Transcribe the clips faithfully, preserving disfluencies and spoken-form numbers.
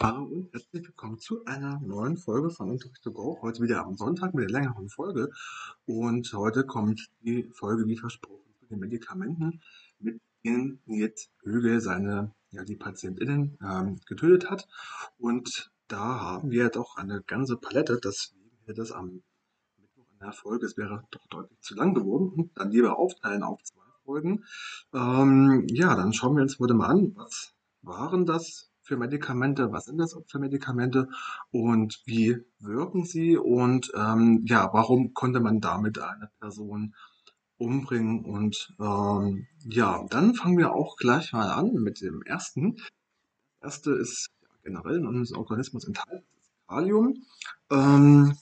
Hallo und herzlich willkommen zu einer neuen Folge von Unterricht to go. Heute wieder am Sonntag mit der längeren Folge. Und heute kommt die Folge, wie versprochen, zu den Medikamenten, mit denen jetzt Högel seine, ja, die PatientInnen ähm, getötet hat. Und da haben wir doch eine ganze Palette, deswegen wir das am Mittwoch in der Folge, es wäre doch deutlich zu lang geworden, und dann lieber aufteilen auf zwei Folgen. Ähm, ja, dann schauen wir uns heute mal an, was waren das für Medikamente, was sind das für Medikamente und wie wirken sie und ähm, ja, warum konnte man damit eine Person umbringen und ähm, ja, dann fangen wir auch gleich mal an mit dem ersten. Das erste ist ja, generell in unserem Organismus enthalten, das ist Kalium. Ähm,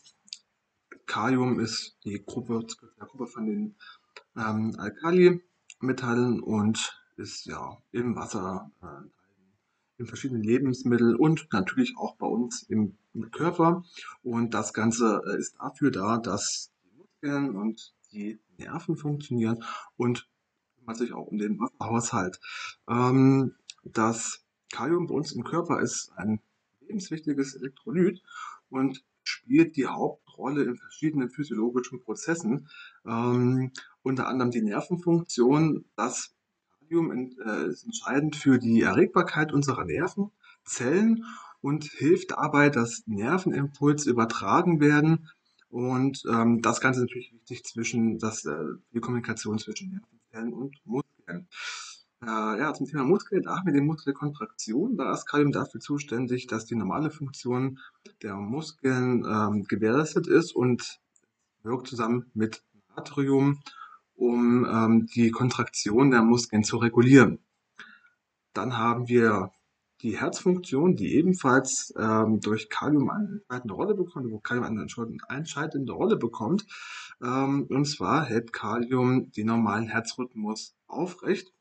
Kalium ist die Gruppe, die Gruppe von den ähm, Alkalimetallen und ist ja im Wasser, äh, in verschiedenen Lebensmitteln und natürlich auch bei uns im, im Körper. Und das Ganze äh, ist dafür da, dass die Muskeln und die Nerven funktionieren und kümmert sich auch um den Wasserhaushalt. Ähm, das Kalium bei uns im Körper ist ein lebenswichtiges Elektrolyt und spielt die Hauptrolle in verschiedenen physiologischen Prozessen, ähm, unter anderem die Nervenfunktion. Das Kalium äh, ist entscheidend für die Erregbarkeit unserer Nervenzellen und hilft dabei, dass Nervenimpulse übertragen werden. Und ähm, das Ganze ist natürlich wichtig zwischen das, äh, die Kommunikation zwischen Nervenzellen und Muskeln. Äh, ja, zum Thema Muskel, da haben wir die Muskelkontraktion. Da ist Kalium dafür zuständig, dass die normale Funktion der Muskeln ähm, gewährleistet ist und wirkt zusammen mit Natrium, um ähm, die Kontraktion der Muskeln zu regulieren. Dann haben wir die Herzfunktion, die ebenfalls ähm, durch Kalium eine entscheidende Rolle bekommt, wo Kalium eine entscheidende Rolle bekommt. Ähm, und zwar hält Kalium den normalen Herzrhythmus aufrecht.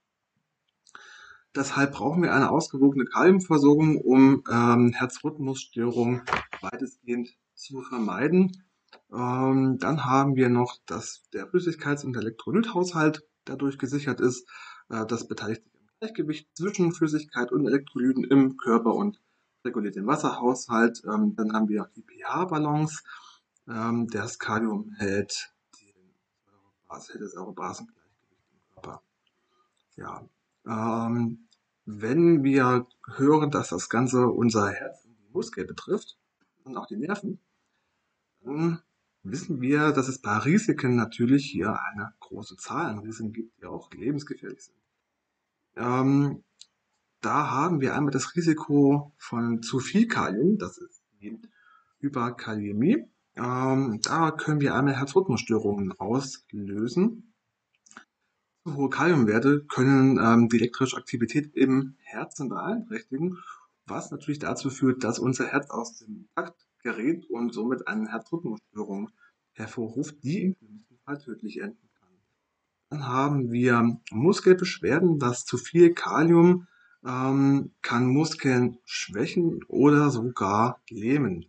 Deshalb brauchen wir eine ausgewogene Kaliumversorgung, um ähm, Herzrhythmusstörungen weitestgehend zu vermeiden. Ähm, dann haben wir noch, dass der Flüssigkeits- und Elektrolythaushalt dadurch gesichert ist. Äh, das beteiligt sich am Gleichgewicht zwischen Flüssigkeit und Elektrolyten im Körper und reguliert den Wasserhaushalt. Ähm, dann haben wir die pH-Balance. Ähm, das Kalium hält, den Säurebas hält das Säurebasengleichgewicht im Körper. Ja. Ähm, wenn wir hören, dass das Ganze unser Herz und die Muskel betrifft und auch die Nerven, dann wissen wir, dass es bei Risiken natürlich hier eine große Zahl an Risiken gibt, die auch lebensgefährlich sind. Ähm, da haben wir einmal das Risiko von zu viel Kalium, das ist die Hyperkaliämie. Ähm, da können wir einmal Herzrhythmusstörungen auslösen. Zu hohe Kaliumwerte können ähm, die elektrische Aktivität im Herzen beeinträchtigen, was natürlich dazu führt, dass unser Herz aus dem Takt gerät und somit eine Herzrhythmusstörung hervorruft, die im schlimmsten Fall tödlich enden kann. Dann haben wir Muskelbeschwerden. Das zu viel Kalium ähm, kann Muskeln schwächen oder sogar lähmen.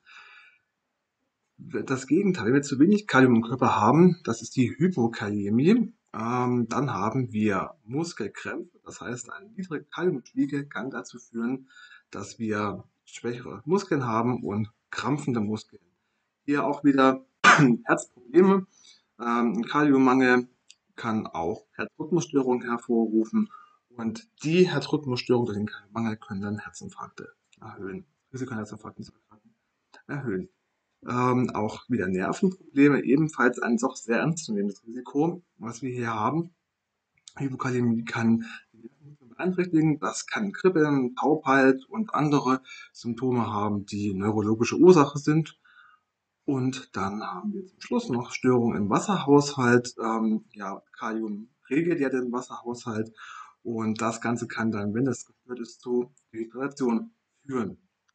Das Gegenteil, wenn wir zu wenig Kalium im Körper haben, das ist die Hypokaliämie. Ähm, dann haben wir Muskelkrämpfe, das heißt, ein niedriger Kaliumspiegel kann dazu führen, dass wir schwächere Muskeln haben und krampfende Muskeln. Hier auch wieder Herzprobleme. Ähm, ein Kaliummangel kann auch Herzrhythmusstörungen hervorrufen und die Herzrhythmusstörungen durch den Kaliummangel können dann Herzinfarkte erhöhen. Risiko an Herzinfarkten zu erkranken erhöhen. Ähm, auch wieder Nervenprobleme, ebenfalls ein doch sehr ernstzunehmendes Risiko, was wir hier haben. Hypokalämie kann die Nervenfunktion beeinträchtigen, das kann Kribbeln, Taubheit und andere Symptome haben, die neurologische Ursache sind. Und dann haben wir zum Schluss noch Störungen im Wasserhaushalt. Ähm, ja, Kalium regelt ja den Wasserhaushalt und das Ganze kann dann, wenn es gestört ist, zu Dehydration führen.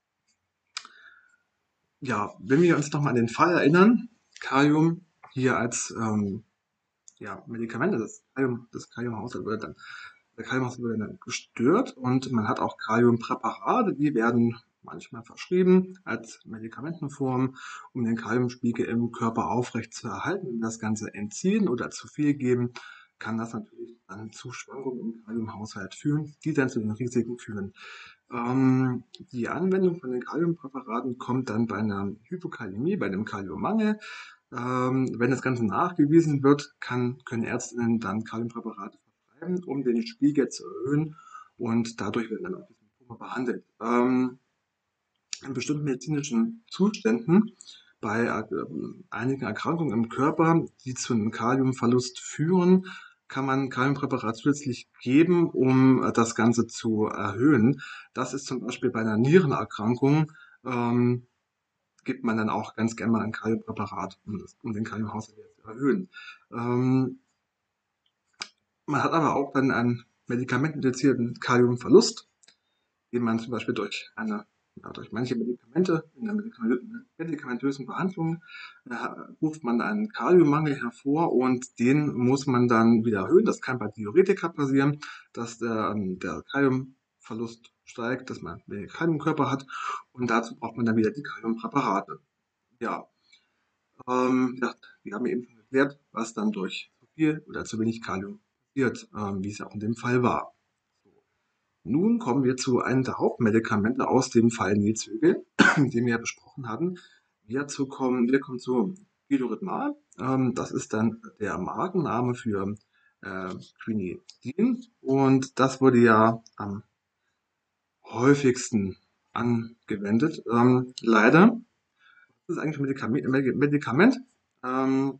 Ja, wenn wir uns nochmal an den Fall erinnern, Kalium hier als ähm, ja, Medikamente, das Kalium, das Kaliumhaushalt wird dann, der Kaliumhaushalt wird dann gestört und man hat auch Kaliumpräparate, die werden manchmal verschrieben als Medikamentenform, um den Kaliumspiegel im Körper aufrecht zu erhalten. Wenn wir das Ganze entziehen oder zu viel geben, kann das natürlich dann zu Schwankungen im Kaliumhaushalt führen, die dann zu den Risiken führen, Ähm, die Anwendung von den Kaliumpräparaten kommt dann bei einer Hypokalämie, bei einem Kaliummangel. Ähm, wenn das Ganze nachgewiesen wird, kann, können Ärztinnen dann Kaliumpräparate verschreiben, um den Spiegel zu erhöhen, und dadurch werden dann auch die Symptome behandelt. Ähm, in bestimmten medizinischen Zuständen, bei äh, einigen Erkrankungen im Körper, die zu einem Kaliumverlust führen, kann man Kaliumpräparat zusätzlich geben, um äh, das Ganze zu erhöhen. Das ist zum Beispiel bei einer Nierenerkrankung, ähm, gibt man dann auch ganz gerne mal ein Kaliumpräparat, um, das, um den Kaliumhaushalt zu erhöhen. Ähm, Man hat aber auch dann einen medikamentinduzierten Kaliumverlust, den man zum Beispiel durch eine, ja, durch manche Medikamente in der medikamentösen Behandlung äh, ruft man einen Kaliummangel hervor, und den muss man dann wieder erhöhen. Das kann bei Diuretika passieren, dass der, ähm, der Kaliumverlust steigt, dass man weniger Kalium im Körper hat, und dazu braucht man dann wieder die Kaliumpräparate. Ja, ähm, ja, wir haben eben schon geklärt, was dann durch zu viel oder zu wenig Kalium passiert, ähm, wie es ja auch in dem Fall war. Nun kommen wir zu einem der Hauptmedikamente aus dem Fall Nilzögel, den wir ja besprochen hatten. Wir, zu kommen, wir kommen zu Guidoridmal. Ähm, das ist dann der Markenname für äh, Quinidin, und das wurde ja am häufigsten angewendet. Ähm, leider, das ist eigentlich ein Medikament. Medikament. Ähm,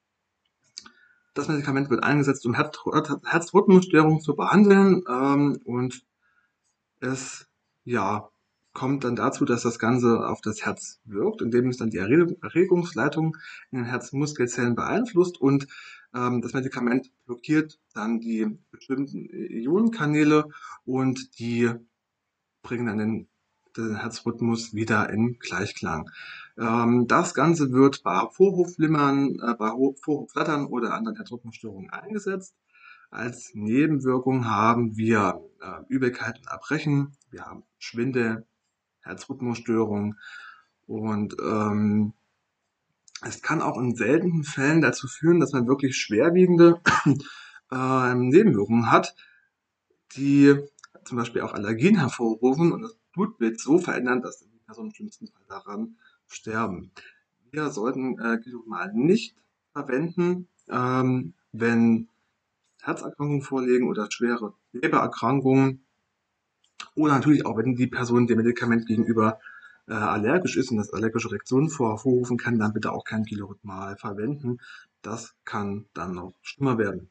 das Medikament wird eingesetzt, um Herz Herzrhythmusstörungen zu behandeln, ähm, und es, ja, kommt dann dazu, dass das Ganze auf das Herz wirkt, indem es dann die Erregungsleitung in den Herzmuskelzellen beeinflusst, und ähm, das Medikament blockiert dann die bestimmten Ionenkanäle, und die bringen dann den, den Herzrhythmus wieder in Gleichklang. Ähm, das Ganze wird bei Vorhofflimmern, äh, bei Vorhofflattern oder anderen Herzrhythmusstörungen eingesetzt. Als Nebenwirkung haben wir äh, Übelkeit und Erbrechen, wir haben Schwindel, Herzrhythmusstörungen, und ähm, es kann auch in seltenen Fällen dazu führen, dass man wirklich schwerwiegende äh, Nebenwirkungen hat, die zum Beispiel auch Allergien hervorrufen und das Blutbild so verändern, dass die Personen im schlimmsten Fall daran sterben. Wir sollten äh, Guidomal nicht verwenden, ähm, wenn Herzerkrankungen vorliegen oder schwere Lebererkrankungen, oder natürlich auch, wenn die Person dem Medikament gegenüber äh, allergisch ist und das allergische Reaktionen hervorrufen kann, dann bitte auch kein Guidomal verwenden. Das kann dann noch schlimmer werden.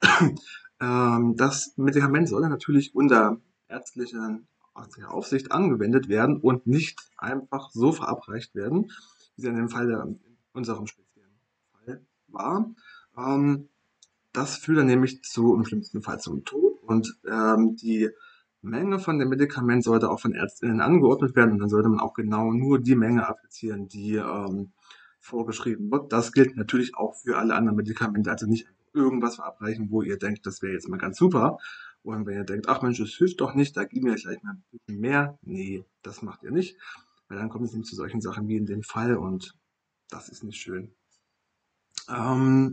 Ähm, das Medikament soll natürlich unter ärztlicher Aufsicht angewendet werden und nicht einfach so verabreicht werden, wie es in dem Fall der, in unserem speziellen Fall war. Ähm, Das führt dann nämlich zu, im schlimmsten Fall zum Tod, und ähm, die Menge von dem Medikament sollte auch von Ärztinnen angeordnet werden, und dann sollte man auch genau nur die Menge applizieren, die ähm, vorgeschrieben wird. Das gilt natürlich auch für alle anderen Medikamente, also nicht irgendwas verabreichen, wo ihr denkt, das wäre jetzt mal ganz super. Und wenn ihr denkt, ach Mensch, das hilft doch nicht, da gib mir gleich mal ein bisschen mehr. Nee, das macht ihr nicht, weil dann kommt es nämlich zu solchen Sachen wie in dem Fall, und das ist nicht schön. Ähm,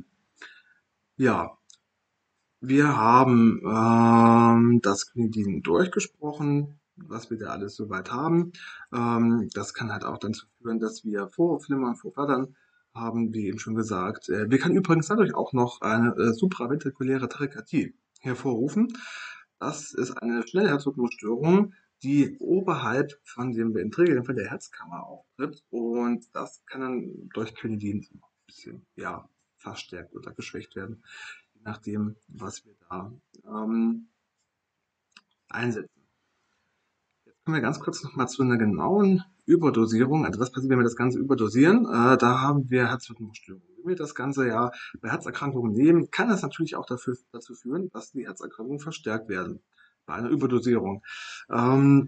ja, wir haben ähm, das Quinidin durchgesprochen, was wir da alles soweit haben. Ähm, das kann halt auch dazu führen, dass wir Vorhofflimmern, Vorflattern haben, wie eben schon gesagt. Äh, wir können übrigens dadurch auch noch eine äh, supraventrikuläre Tachykardie hervorrufen. Das ist eine schnelle Herzrhythmusstörung, die oberhalb von dem Ventrikel, von der Herzkammer auftritt, und das kann dann durch Quinidin ein bisschen, ja, verstärkt oder geschwächt werden, je nachdem, was wir da ähm, einsetzen. Jetzt kommen wir ganz kurz nochmal zu einer genauen Überdosierung. Also was passiert, wenn wir das Ganze überdosieren? Äh, da haben wir Herzrhythmusstörungen. Wenn wir das Ganze ja bei Herzerkrankungen nehmen, kann das natürlich auch dafür, dazu führen, dass die Herzerkrankungen verstärkt werden bei einer Überdosierung. Ähm,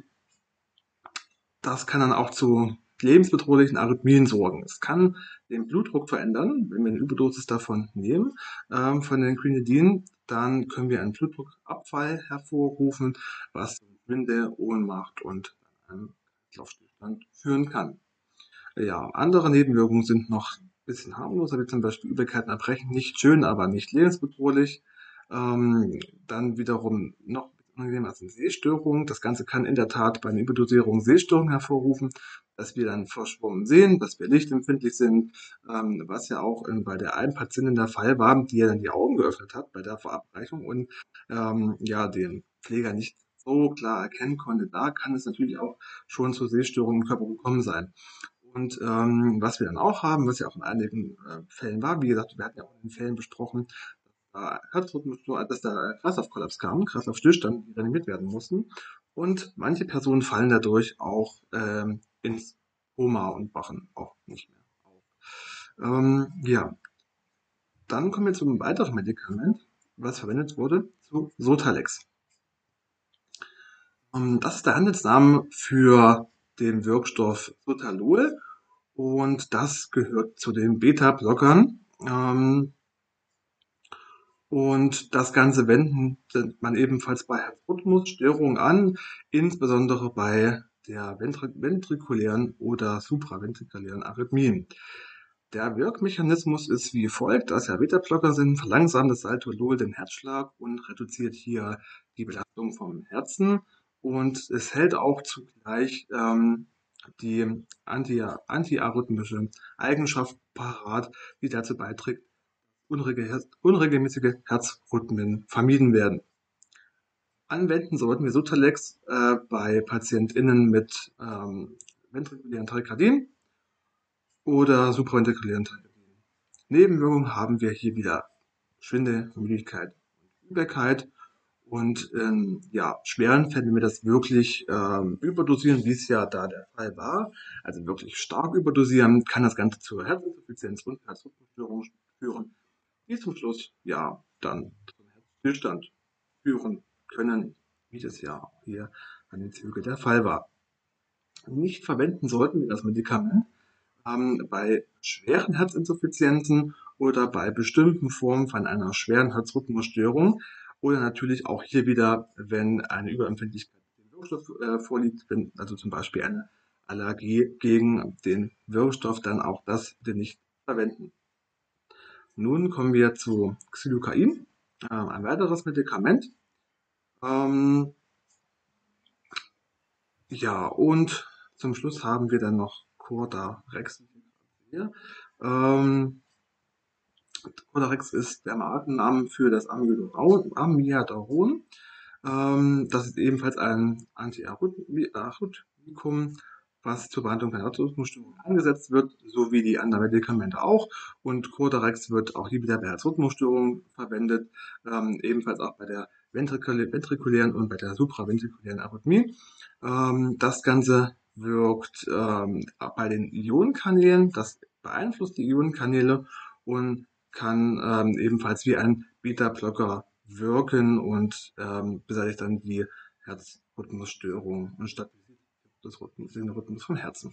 Das kann dann auch zu lebensbedrohlichen Arrhythmien sorgen. Es kann den Blutdruck verändern, wenn wir eine Überdosis davon nehmen, ähm, von den Quinidin, dann können wir einen Blutdruckabfall hervorrufen, was zu Schwindel, Ohnmacht und einem Laufstillstand führen kann. Ja, andere Nebenwirkungen sind noch ein bisschen harmloser, wie zum Beispiel Übelkeit und Erbrechen. Nicht schön, aber nicht lebensbedrohlich. Ähm, dann wiederum noch unangenehmermaßen Sehstörungen. Das Ganze kann in der Tat bei einer Überdosierung Sehstörungen hervorrufen, dass wir dann verschwommen sehen, dass wir lichtempfindlich sind, ähm, was ja auch ähm, bei der einen Patientin der Fall war, die ja dann die Augen geöffnet hat bei der Verabreichung und ähm, ja den Pfleger nicht so klar erkennen konnte. Da kann es natürlich auch schon zu Sehstörungen im Körper gekommen sein. Und ähm, was wir dann auch haben, was ja auch in einigen äh, Fällen war, wie gesagt, wir hatten ja auch in den Fällen besprochen, äh, Herzrhythmusstörung, dass da Kreislaufkollaps kam, Kreislaufstillstand, die reanimiert werden mussten. Und manche Personen fallen dadurch auch ähm, ins Koma und wachen auch nicht mehr auf. Ähm, ja, dann kommen wir zu einem weiteren Medikament, was verwendet wurde, zu Sotalex. Ähm, das ist der Handelsname für den Wirkstoff Sotalol und das gehört zu den Beta-Blockern. Ähm, Und das Ganze wenden man ebenfalls bei Herzrhythmusstörungen an, insbesondere bei der ventri ventrikulären oder supraventrikulären Arrhythmien. Der Wirkmechanismus ist wie folgt, dass ja Beta-Blocker sind, verlangsamt das Saltolol den Herzschlag und reduziert hier die Belastung vom Herzen. Und es hält auch zugleich ähm, die anti antiarrhythmische Eigenschaft parat, die dazu beiträgt, unregelmäßige Herzrhythmen vermieden werden. Anwenden sollten wir Sotalex äh, bei PatientInnen mit ähm, ventrikulären Tachykardien oder supraventrikulären Tachykardien. Nebenwirkungen haben wir hier wieder Schwindel, Müdigkeit und Übelkeit. Und in ja, schweren Fällen, wenn wir das wirklich ähm, überdosieren, wie es ja da der Fall war, also wirklich stark überdosieren, kann das Ganze zur Herzinsuffizienz und Herzrhythmusstörungen führen, die zum Schluss ja dann zum Herzstillstand führen können, wie das ja auch hier an den Zügen der Fall war. Nicht verwenden sollten wir das Medikament ähm, bei schweren Herzinsuffizienzen oder bei bestimmten Formen von einer schweren Herzrhythmusstörung oder natürlich auch hier wieder, wenn eine Überempfindlichkeit gegen den Wirkstoff äh, vorliegt, wenn also zum Beispiel eine Allergie gegen den Wirkstoff, dann auch das bitte nicht verwenden. Nun kommen wir zu Xylocain, äh, ein weiteres Medikament. Ähm, ja, und zum Schluss haben wir dann noch Cordarex. Hier. Ähm, Cordarex ist der Markenname für das Amiodaron. Ähm, das ist ebenfalls ein Antiarrhythmikum, was zur Behandlung von Herzrhythmusstörungen eingesetzt wird, so wie die anderen Medikamente auch. Und Cordarex wird auch hier wieder bei Herzrhythmusstörungen verwendet, ähm, ebenfalls auch bei der ventrikul ventrikulären und bei der supraventrikulären Arrhythmie. Ähm, das Ganze wirkt ähm, bei den Ionenkanälen, das beeinflusst die Ionenkanäle und kann ähm, ebenfalls wie ein Beta-Blocker wirken und ähm, beseitigt dann die Herzrhythmusstörung und stabilisiert das Rhythmus, den Rhythmus vom Herzen.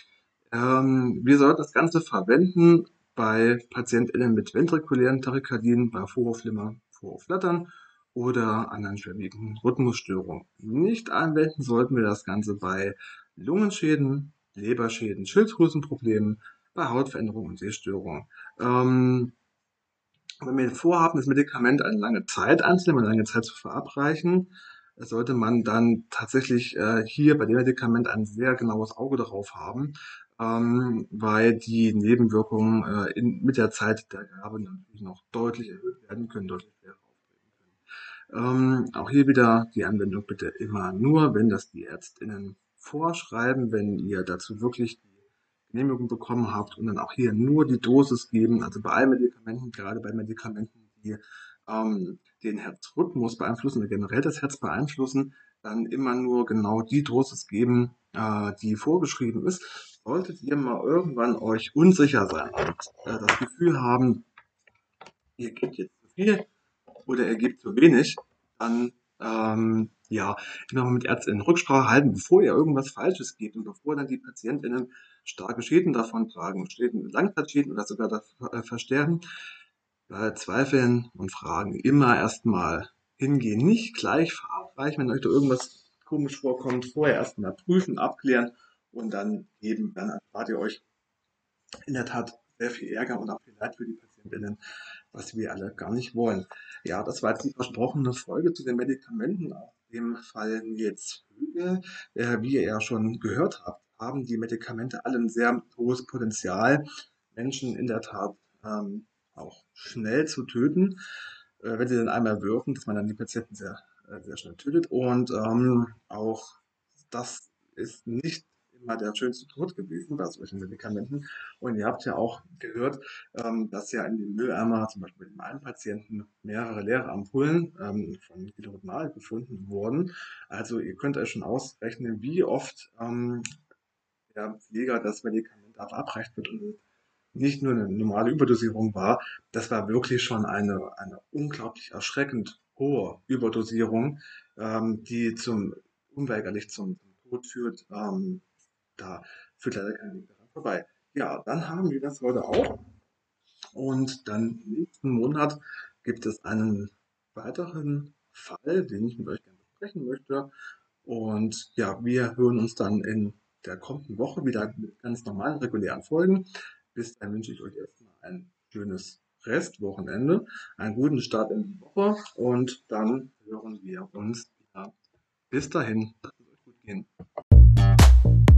Ähm, wir sollten das Ganze verwenden bei PatientInnen mit ventrikulären Tachykardien, bei Vorhofflimmer, Vorhofflattern oder anderen schwerwiegenden Rhythmusstörungen. Nicht anwenden sollten wir das Ganze bei Lungenschäden, Leberschäden, Schilddrüsenproblemen, bei Hautveränderungen und Sehstörungen. Ähm, wenn wir vorhaben, das Medikament eine lange Zeit einzunehmen, eine lange Zeit zu verabreichen, sollte man dann tatsächlich äh, hier bei dem Medikament ein sehr genaues Auge darauf haben, ähm, weil die Nebenwirkungen äh, in, mit der Zeit der Gabe natürlich noch deutlich erhöht werden können, deutlich schwerer auftreten können. Ähm, auch hier wieder die Anwendung bitte immer nur, wenn das die ÄrztInnen vorschreiben, wenn ihr dazu wirklich die Genehmigung bekommen habt und dann auch hier nur die Dosis geben, also bei allen Medikamenten, gerade bei Medikamenten, die ähm, den Herzrhythmus beeinflussen oder generell das Herz beeinflussen, dann immer nur genau die Dosis geben, äh, die vorgeschrieben ist. Solltet ihr mal irgendwann euch unsicher sein und äh, das Gefühl haben, ihr gebt jetzt zu viel oder ihr gebt zu wenig, dann ähm, ja, immer mal mit Ärztinnen Rücksprache halten, bevor ihr irgendwas Falsches gebt und bevor dann die PatientInnen starke Schäden davon tragen, Schäden, Langzeitschäden oder sogar davon, äh, versterben. Bei Zweifeln und Fragen immer erstmal hingehen, nicht gleich verabreichen, wenn euch da irgendwas komisch vorkommt, vorher erstmal prüfen, abklären und dann geben, dann erspart ihr euch in der Tat sehr viel Ärger und auch viel Leid für die PatientInnen, was wir alle gar nicht wollen. Ja, das war jetzt die versprochene Folge zu den Medikamenten. dem Fall Nils Högel. Äh, wie ihr ja schon gehört habt, haben die Medikamente alle ein sehr hohes Potenzial, Menschen in der Tat ähm, auch schnell zu töten, äh, wenn sie dann einmal wirken, dass man dann die Patienten sehr, äh, sehr schnell tötet. Und ähm, auch das ist nicht immer der schönste Tod gewesen bei solchen Medikamenten. Und ihr habt ja auch gehört, ähm, dass ja in dem Mülleimer, zum Beispiel mit dem einen Patienten, mehrere leere Ampullen ähm, von Gilodinal gefunden wurden. Also ihr könnt euch schon ausrechnen, wie oft ähm, der Pfleger das Medikament da verabreicht wird und nicht nur eine normale Überdosierung war, das war wirklich schon eine, eine unglaublich erschreckend hohe Überdosierung, ähm, die zum unweigerlich zum, zum Tod führt. Ähm, da führt leider kein Weg daran vorbei. Ja, dann haben wir das heute auch. Und dann nächsten Monat gibt es einen weiteren Fall, den ich mit euch gerne besprechen möchte. Und ja, wir hören uns dann in der kommenden Woche wieder mit ganz normalen, regulären Folgen. Bis dahin wünsche ich euch erstmal ein schönes Restwochenende, einen guten Start in die Woche und dann hören wir uns wieder. Bis dahin, lasst es euch gut gehen.